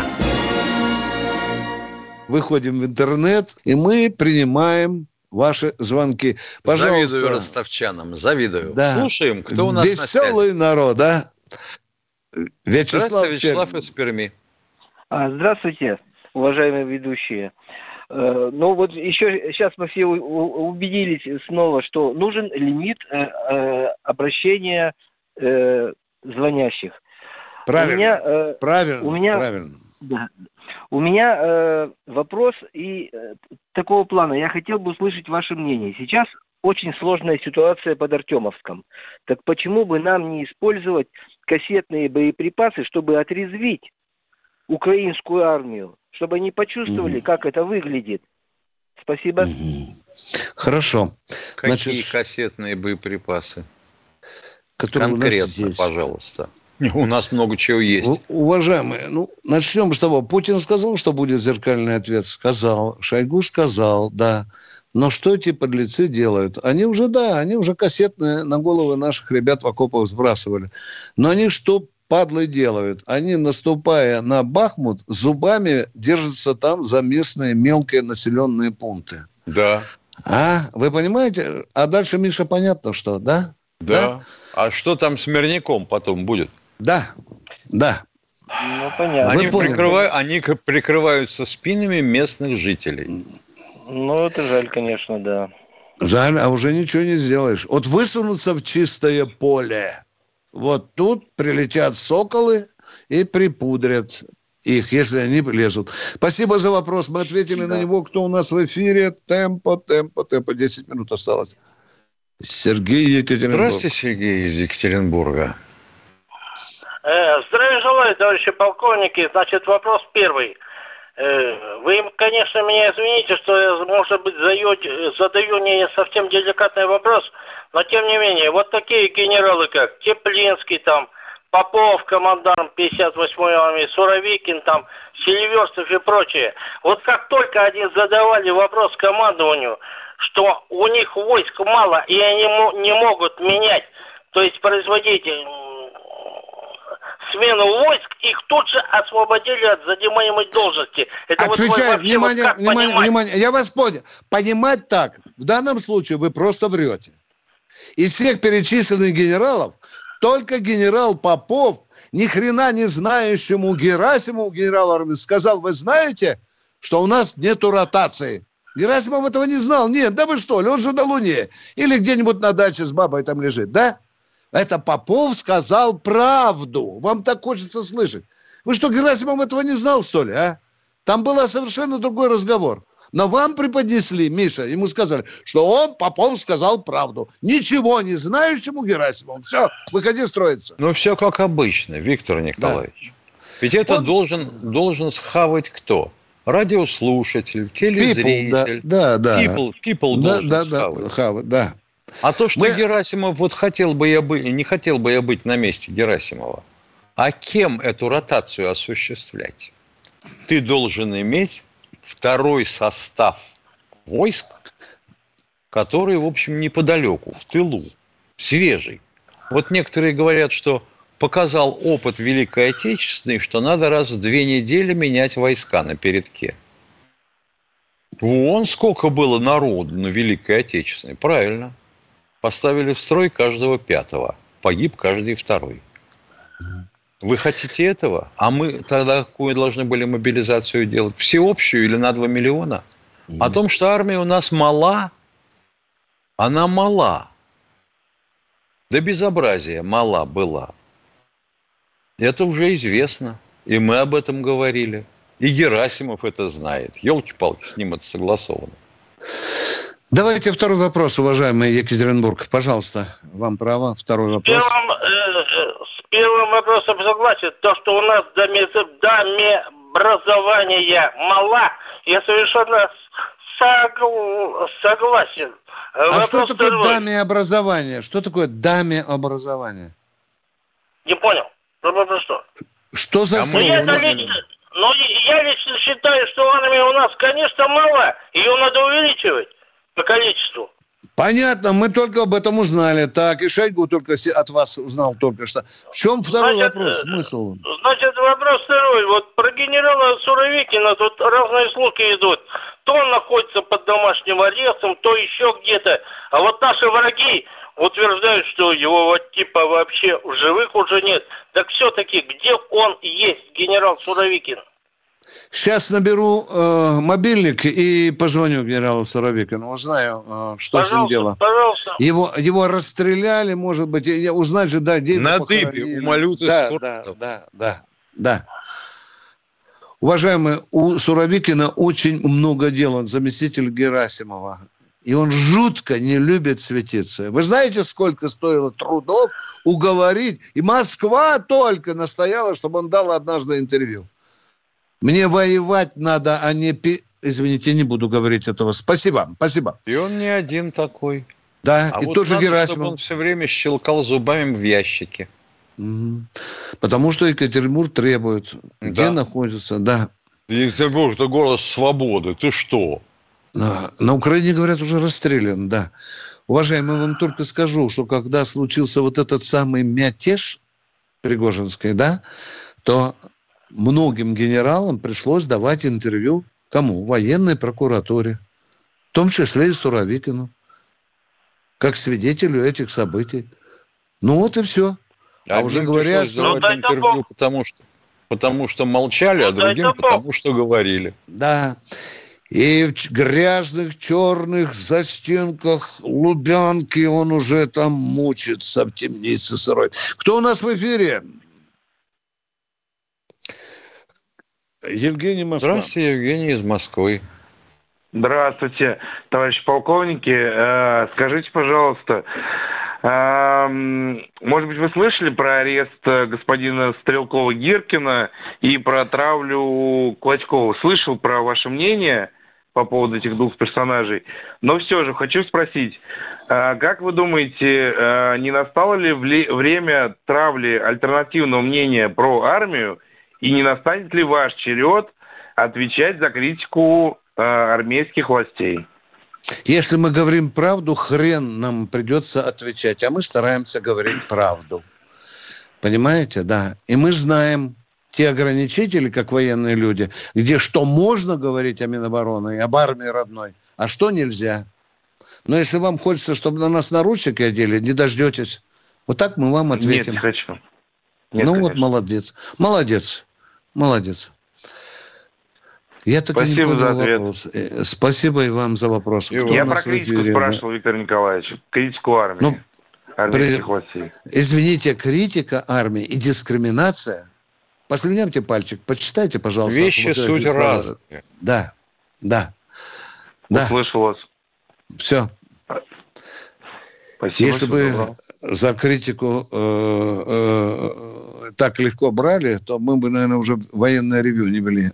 Выходим в интернет, и мы принимаем ваши звонки. Пожалуйста. Завидую ростовчанам, завидую. Да. Слушаем, кто у нас Веселый на народ, да? Вячеслав, Вячеслав из Перми. Здравствуйте, уважаемые ведущие. Ну вот еще сейчас мы все убедились снова, что нужен лимит обращения звонящих. Правильно, у меня, правильно, у меня, правильно. Да. У меня э, вопрос и э, такого плана. Я хотел бы услышать ваше мнение. Сейчас очень сложная ситуация под Артемовском. Так почему бы нам не использовать кассетные боеприпасы, чтобы отрезвить украинскую армию, чтобы они почувствовали, mm-hmm. как это выглядит? Спасибо. Mm-hmm. Хорошо. Какие Значит, кассетные боеприпасы? Которые конкретно, пожалуйста. У нас много чего есть. Уважаемые, ну, начнем с того. Путин сказал, что будет зеркальный ответ. Сказал. Шойгу сказал, да. Но что эти подлецы делают? Они уже, да, они уже кассетные на головы наших ребят в окопах сбрасывали. Но они что, падлы, делают? Они, наступая на Бахмут, зубами держатся там за местные мелкие населенные пункты. Да. А, вы понимаете? А дальше, Миша, понятно, что, да? Да. да? А что там с мирняком потом будет? Да, да. Ну, понятно. Они, прикрывают, они прикрываются спинами местных жителей. Ну, это жаль, конечно, да. Жаль, а уже ничего не сделаешь. Вот высунуться в чистое поле. Вот тут прилетят соколы и припудрят их, если они лезут. Спасибо за вопрос. Мы ответили да. на него. Кто у нас в эфире? Темпо, темпо, темпо. десять минут осталось. Сергей, Екатеринбург. Здравствуйте, Сергей из Екатеринбурга. Здравия желаю, товарищи полковники. Значит, вопрос первый. Вы, конечно, меня извините, что я, может быть, задаю не совсем деликатный вопрос, но, тем не менее, вот такие генералы, как Теплинский, там, Попов, командарм пятьдесят восьмой армии, Суровикин, там, Селиверстов и прочее. Вот как только они задавали вопрос командованию, что у них войск мало, и они не могут менять, то есть производить смену войск, их тут же освободили от занимаемой должности. Это Отвечаю, вот внимание, вот внимание, внимание, я вас понял. Понимать так, в данном случае вы просто врете. Из всех перечисленных генералов, только генерал Попов, ни хрена не знающему Герасимову, генералу армии, сказал, вы знаете, что у нас нету ротации. Герасимов этого не знал. Нет, да вы что ли, он же на Луне. Или где-нибудь на даче с бабой там лежит, да? Это Попов сказал правду. Вам так хочется слышать. Вы что, Герасимов этого не знал, что ли, а? Там был совершенно другой разговор. Но вам преподнесли, Миша, ему сказали, что он, Попов, сказал правду. Ничего не знающему Герасимову. Все, выходи строиться. Ну, все как обычно, Виктор Николаевич. Да. Ведь это он... должен, должен схавать кто? Радиослушатель, телезритель. People, да, да. People, people да, должен да, схавать. Да, хавать, да. А то, что Мы... Герасимов, вот хотел бы я быть, не хотел бы я быть на месте Герасимова, а кем эту ротацию осуществлять? Ты должен иметь второй состав войск, который, в общем, неподалеку, в тылу, свежий. Вот некоторые говорят, что показал опыт Великой Отечественной, что надо раз в две недели менять войска на передке. Вон сколько было народу на Великой Отечественной. Правильно. Поставили в строй каждого пятого. Погиб каждый второй. Вы хотите этого? А мы тогда какую должны были мобилизацию делать? Всеобщую или на два миллиона? Mm. О том, что армия у нас мала, она мала. До безобразия мала была. Это уже известно. И мы об этом говорили. И Герасимов это знает. Елки-палки, с ним это согласовано. Давайте второй вопрос, уважаемый Екатеринбург. Пожалуйста, вам право. Второй вопрос. Первым, э, с первым вопросом согласен. То, что у нас доме, домеобразования мала, я совершенно согл, согласен. А Вопрос что такое второй. Дамеобразование? Что такое дамеобразование? Не понял. Про что? Что за слово? Я лично, ну, я лично считаю, что армия у нас, конечно, мала. Ее надо увеличивать по количеству. Понятно, мы только об этом узнали. Так, и Шойгу только от вас узнал только что. В чем второй значит, вопрос, смысл? Значит, вопрос второй. Вот про генерала Суровикина тут разные слухи идут. То он находится под домашним арестом, то еще где-то. А вот наши враги утверждают, что его вот типа вообще в живых уже нет. Так все-таки где он есть, генерал Суровикин? Сейчас наберу э, мобильник и позвоню генералу Суровикину. Узнаю, э, что пожалуйста, с ним дело. Пожалуйста. Его, его расстреляли, может быть. Я, узнать же, да, где на дыбе у малюты да, да, да, да, да. Уважаемые, у Суровикина очень много дел. Он заместитель Герасимова. И он жутко не любит светиться. Вы знаете, сколько стоило трудов уговорить? И Москва только настояла, чтобы он дал однажды интервью. Мне воевать надо, а не... Пи... Извините, не буду говорить этого. Спасибо, спасибо. И он не один такой. Да, а и вот тот же надо, Герасимов. чтобы он все время щелкал зубами в ящике. Угу. Потому что Екатеринбург требует. Да. Где находится, да. Екатеринбург – это город свободы. Ты что? На Украине, говорят, уже расстрелян, да. Уважаемый, я вам только скажу, что когда случился вот этот самый мятеж Пригожинский, да, то многим генералам пришлось давать интервью кому? Военной прокуратуре, в том числе и Суровикину, как свидетелю этих событий. Ну вот и все. А, а уже говорят, что давать интервью, потому что, потому что молчали, а другим потому что говорили. Да. И в грязных, черных застенках Лубянки он уже там мучится в темнице сырой. Кто у нас в эфире? Евгений Москва. Здравствуйте, Евгений из Москвы. Здравствуйте, товарищи полковники. Э, скажите, пожалуйста, э, может быть, вы слышали про арест господина Стрелкова-Гиркина и про травлю Клочкова? Слышал про ваше мнение по поводу этих двух персонажей. Но все же хочу спросить, э, как вы думаете, э, не настало ли вли- время травли альтернативного мнения про армию, и не настанет ли ваш черед отвечать за критику э, армейских властей? Если мы говорим правду, хрен нам придется отвечать. А мы стараемся говорить правду. Понимаете, да. И мы знаем те ограничители, как военные люди, где что можно говорить о Минобороны и об армии родной, а что нельзя. Но если вам хочется, чтобы на нас наручники одели, не дождетесь. Вот так мы вам ответим. Нет, не хочу. Нет, ну конечно. вот, молодец. Молодец. Молодец. Я так и не понял вопрос. Спасибо и вам за вопрос. Я про критику спрашивал, да? Виктор Николаевич. Критику армии. Ну, армейских при... властей. Извините, критика армии и дискриминация. Послюнявьте пальчик, почитайте, пожалуйста. Вещи суть разные. Да, да. да. Услышал вас. Все. Спасибо. Если бы добро. За критику э, э, так легко брали, то мы бы, наверное, уже военное ревью не вели.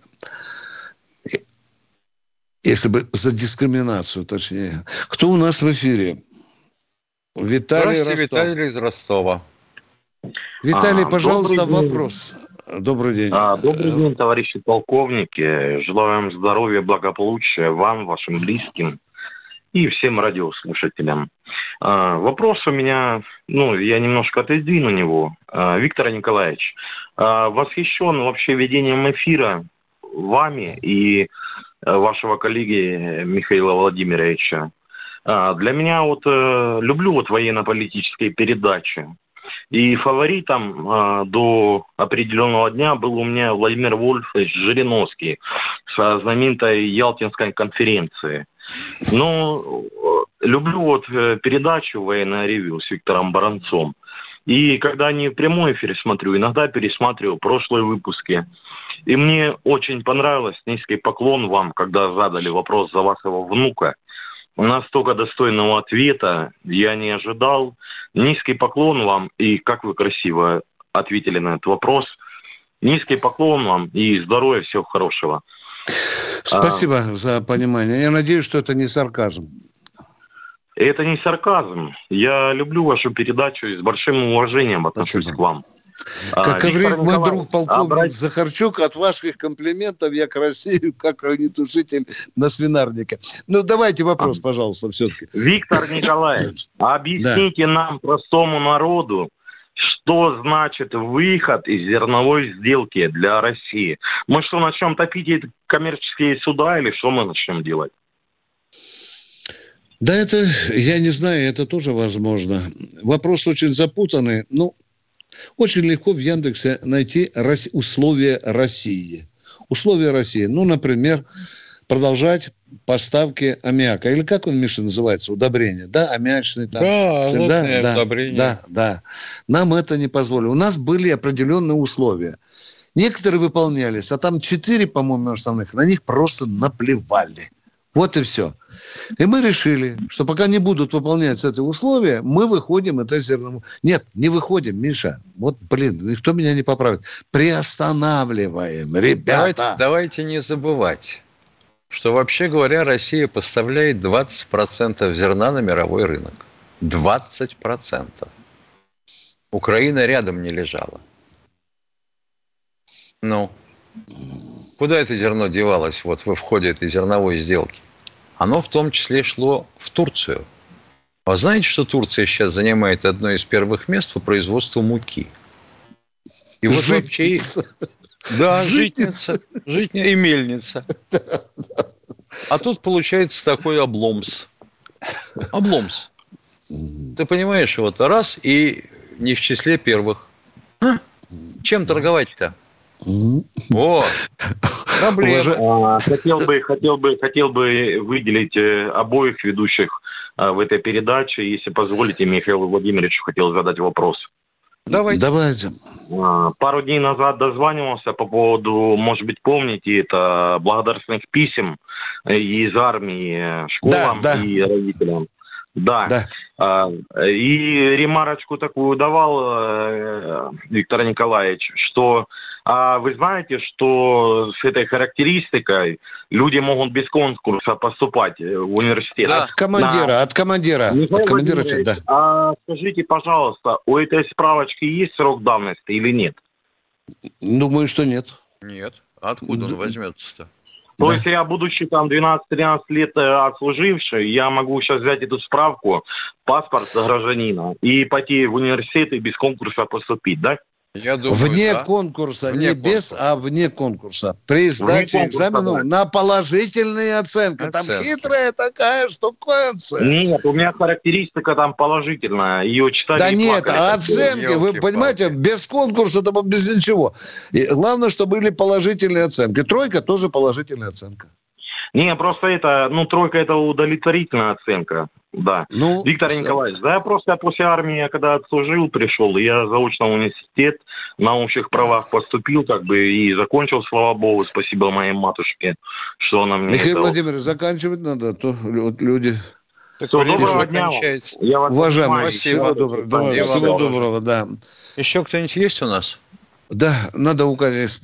Если бы за дискриминацию, точнее. Кто у нас в эфире? Виталий Ростов. Виталий из Ростова. Виталий, а, пожалуйста, вопрос. Добрый день. А, добрый день, товарищи полковники. Желаю вам здоровья, благополучия, вам, вашим близким и всем радиослушателям. А, вопрос у меня, ну, я немножко отодвину него. А, Виктор Николаевич, а, восхищен вообще ведением эфира вами и вашего коллеги Михаила Владимировича. А, для меня вот, э, люблю вот военно-политические передачи. И фаворитом э, до определенного дня был у меня Владимир Вольфович Жириновский со знаменитой Ялтинской конференции. Ну, люблю вот передачу «Военное ревью» с Виктором Баранцом. И когда не в прямой эфире смотрю, иногда пересматриваю прошлые выпуски. И мне очень понравилось, низкий поклон вам, когда задали вопрос за вашего внука. Настолько достойного ответа я не ожидал. Низкий поклон вам, и как вы красиво ответили на этот вопрос. Низкий поклон вам и здоровья, всего хорошего. Спасибо а, за понимание. Я надеюсь, что это не сарказм. Это не сарказм. Я люблю вашу передачу и с большим уважением отношусь Спасибо. К вам. Как а, говорит мой друг полковник обрат... Захарчук, от ваших комплиментов я краснею, как огнетушитель на свинарнике. Ну, давайте вопрос, а. пожалуйста, все-таки. Виктор Николаевич, объясните нам, простому народу, что значит выход из зерновой сделки для России? Мы что, начнем топить эти коммерческие суда или что мы начнем делать? Да, это, я не знаю, это тоже возможно. Вопрос очень запутанный. Ну, очень легко в Яндексе найти условия России. Условия России. Ну, например, продолжать поставки аммиака. Или как он, Миша, называется? Удобрение. Да, аммиачный. Там. Да, да, да, удобрение. Да, да. Нам это не позволили. У нас были определенные условия. Некоторые выполнялись, а там четыре, по-моему, основных. На них просто наплевали. Вот и все. И мы решили, что пока не будут выполняться эти условия, мы выходим это зерно. Нет, не выходим, Миша. Вот, блин, никто меня не поправит. Приостанавливаем, ребята. Давайте, давайте не забывать, что, вообще говоря, Россия поставляет двадцать процентов зерна на мировой рынок. двадцать процентов. Украина рядом не лежала. Ну, куда это зерно девалось вот в ходе этой зерновой сделки? Оно в том числе шло в Турцию. Вы знаете, что Турция сейчас занимает одно из первых мест по производству муки? И вот житница. Вообще... Да, житница. Житница и мельница. А тут получается такой обломс. Обломс. Ты понимаешь, вот раз и не в числе первых. А? Чем торговать-то? О, проблема. Хотел бы, хотел бы, хотел бы выделить обоих ведущих в этой передаче. Если позволите, Михаилу Владимировичу хотел задать вопрос. Давайте. Давайте. Пару дней назад дозванивался по поводу, может быть, помните, это благодарственных писем из армии школам да, да. и родителям. Да. да. И ремарочку такую давал Виктор Николаевич, что а вы знаете, что с этой характеристикой люди могут без конкурса поступать в университет. Да. От командира, на... от командира. Михаил от командира да. А скажите, пожалуйста, у этой справочки есть срок давности или нет? Думаю, что нет. Нет. Откуда он возьмется-то? То да. есть я, будучи там двенадцать-тринадцать лет отслуживший, я могу сейчас взять эту справку, паспорт гражданина, и пойти в университет и без конкурса поступить, да? Я думаю, вне да. конкурса, вне не конкурса. Без, а вне конкурса. При сдаче экзамену да. на положительные оценки. Оценки. Там хитрая такая штукенция. Нет, у меня характеристика там положительная. Ее читали. Да нет, а оценки, вы понимаете, без конкурса, там без ничего. И главное, чтобы были положительные оценки. Тройка тоже положительная оценка. Не, просто это, ну, тройка это удовлетворительная оценка, да. Ну, Виктор все. Николаевич, да, я просто после армии, когда отслужил, пришел, я заочно в университет на общих правах поступил, как бы, и закончил, слава богу, спасибо моей матушке, что она мне... Михаил Владимирович, заканчивать надо, а то вот люди... Все, доброго дня. Я вас Уважаемый, всего доброго, да, всего доброго, да. Еще кто-нибудь есть у нас? Да, надо указать.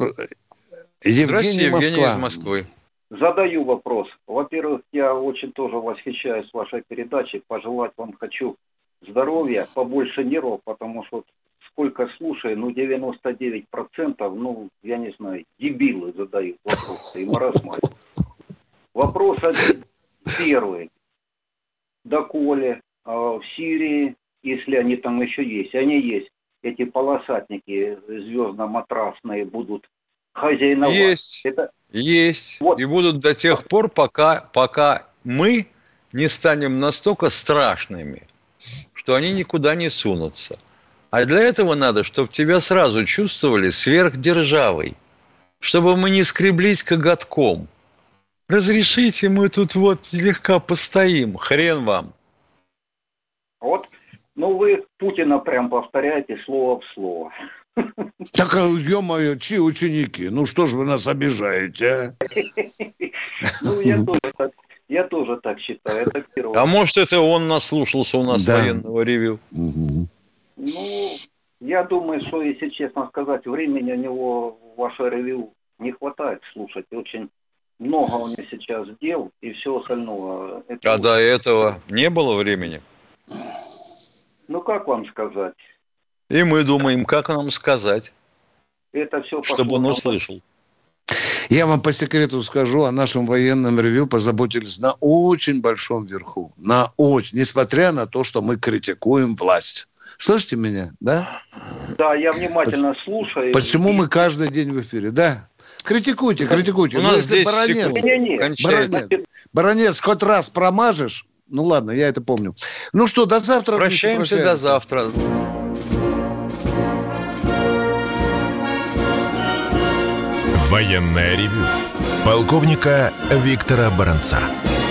Евгений, Евгений из Москвы. Задаю вопрос. Во-первых, я очень тоже восхищаюсь вашей передачей. Пожелать вам хочу здоровья, побольше нервов, потому что сколько слушаю, ну, девяносто девять процентов, ну, я не знаю, дебилы задают вопросы и маразмы. Вопрос один. Первый. Доколе в Сирии, если они там еще есть, они есть, эти полосатники звездно-матрасные будут хозяиновать. Есть. Это... Есть. Вот. И будут до тех пор, пока, пока мы не станем настолько страшными, что они никуда не сунутся. А для этого надо, чтобы тебя сразу чувствовали сверхдержавой. Чтобы мы не скреблись коготком. Разрешите, мы тут вот слегка постоим. Хрен вам. Вот, ну вы Путина прям повторяете слово в слово. Так, ё-моё, чьи ученики? Ну что ж вы нас обижаете, а? Ну, я тоже так, я тоже так считаю. Это первое. А может, это он наслушался у нас военного ревью? Ну, я думаю, что, если честно сказать, времени у него в ваше ревью не хватает слушать. Очень много у него сейчас дел и всего остального. Это а до этого не было времени? Ну, как вам сказать? И мы думаем, как нам сказать, это все чтобы он услышал. Я вам по секрету скажу, о нашем военном ревью позаботились на очень большом верху. На очень, несмотря на то, что мы критикуем власть. Слышите меня, да? Да, я внимательно слушаю. Почему мы каждый день в эфире, да? Критикуйте, критикуйте. У нас здесь Баранец, Баранец, Баранец, хоть раз промажешь, ну ладно, я это помню. Ну что, до завтра. Прощаемся до завтра. Военное ревю полковника Виктора Баранца.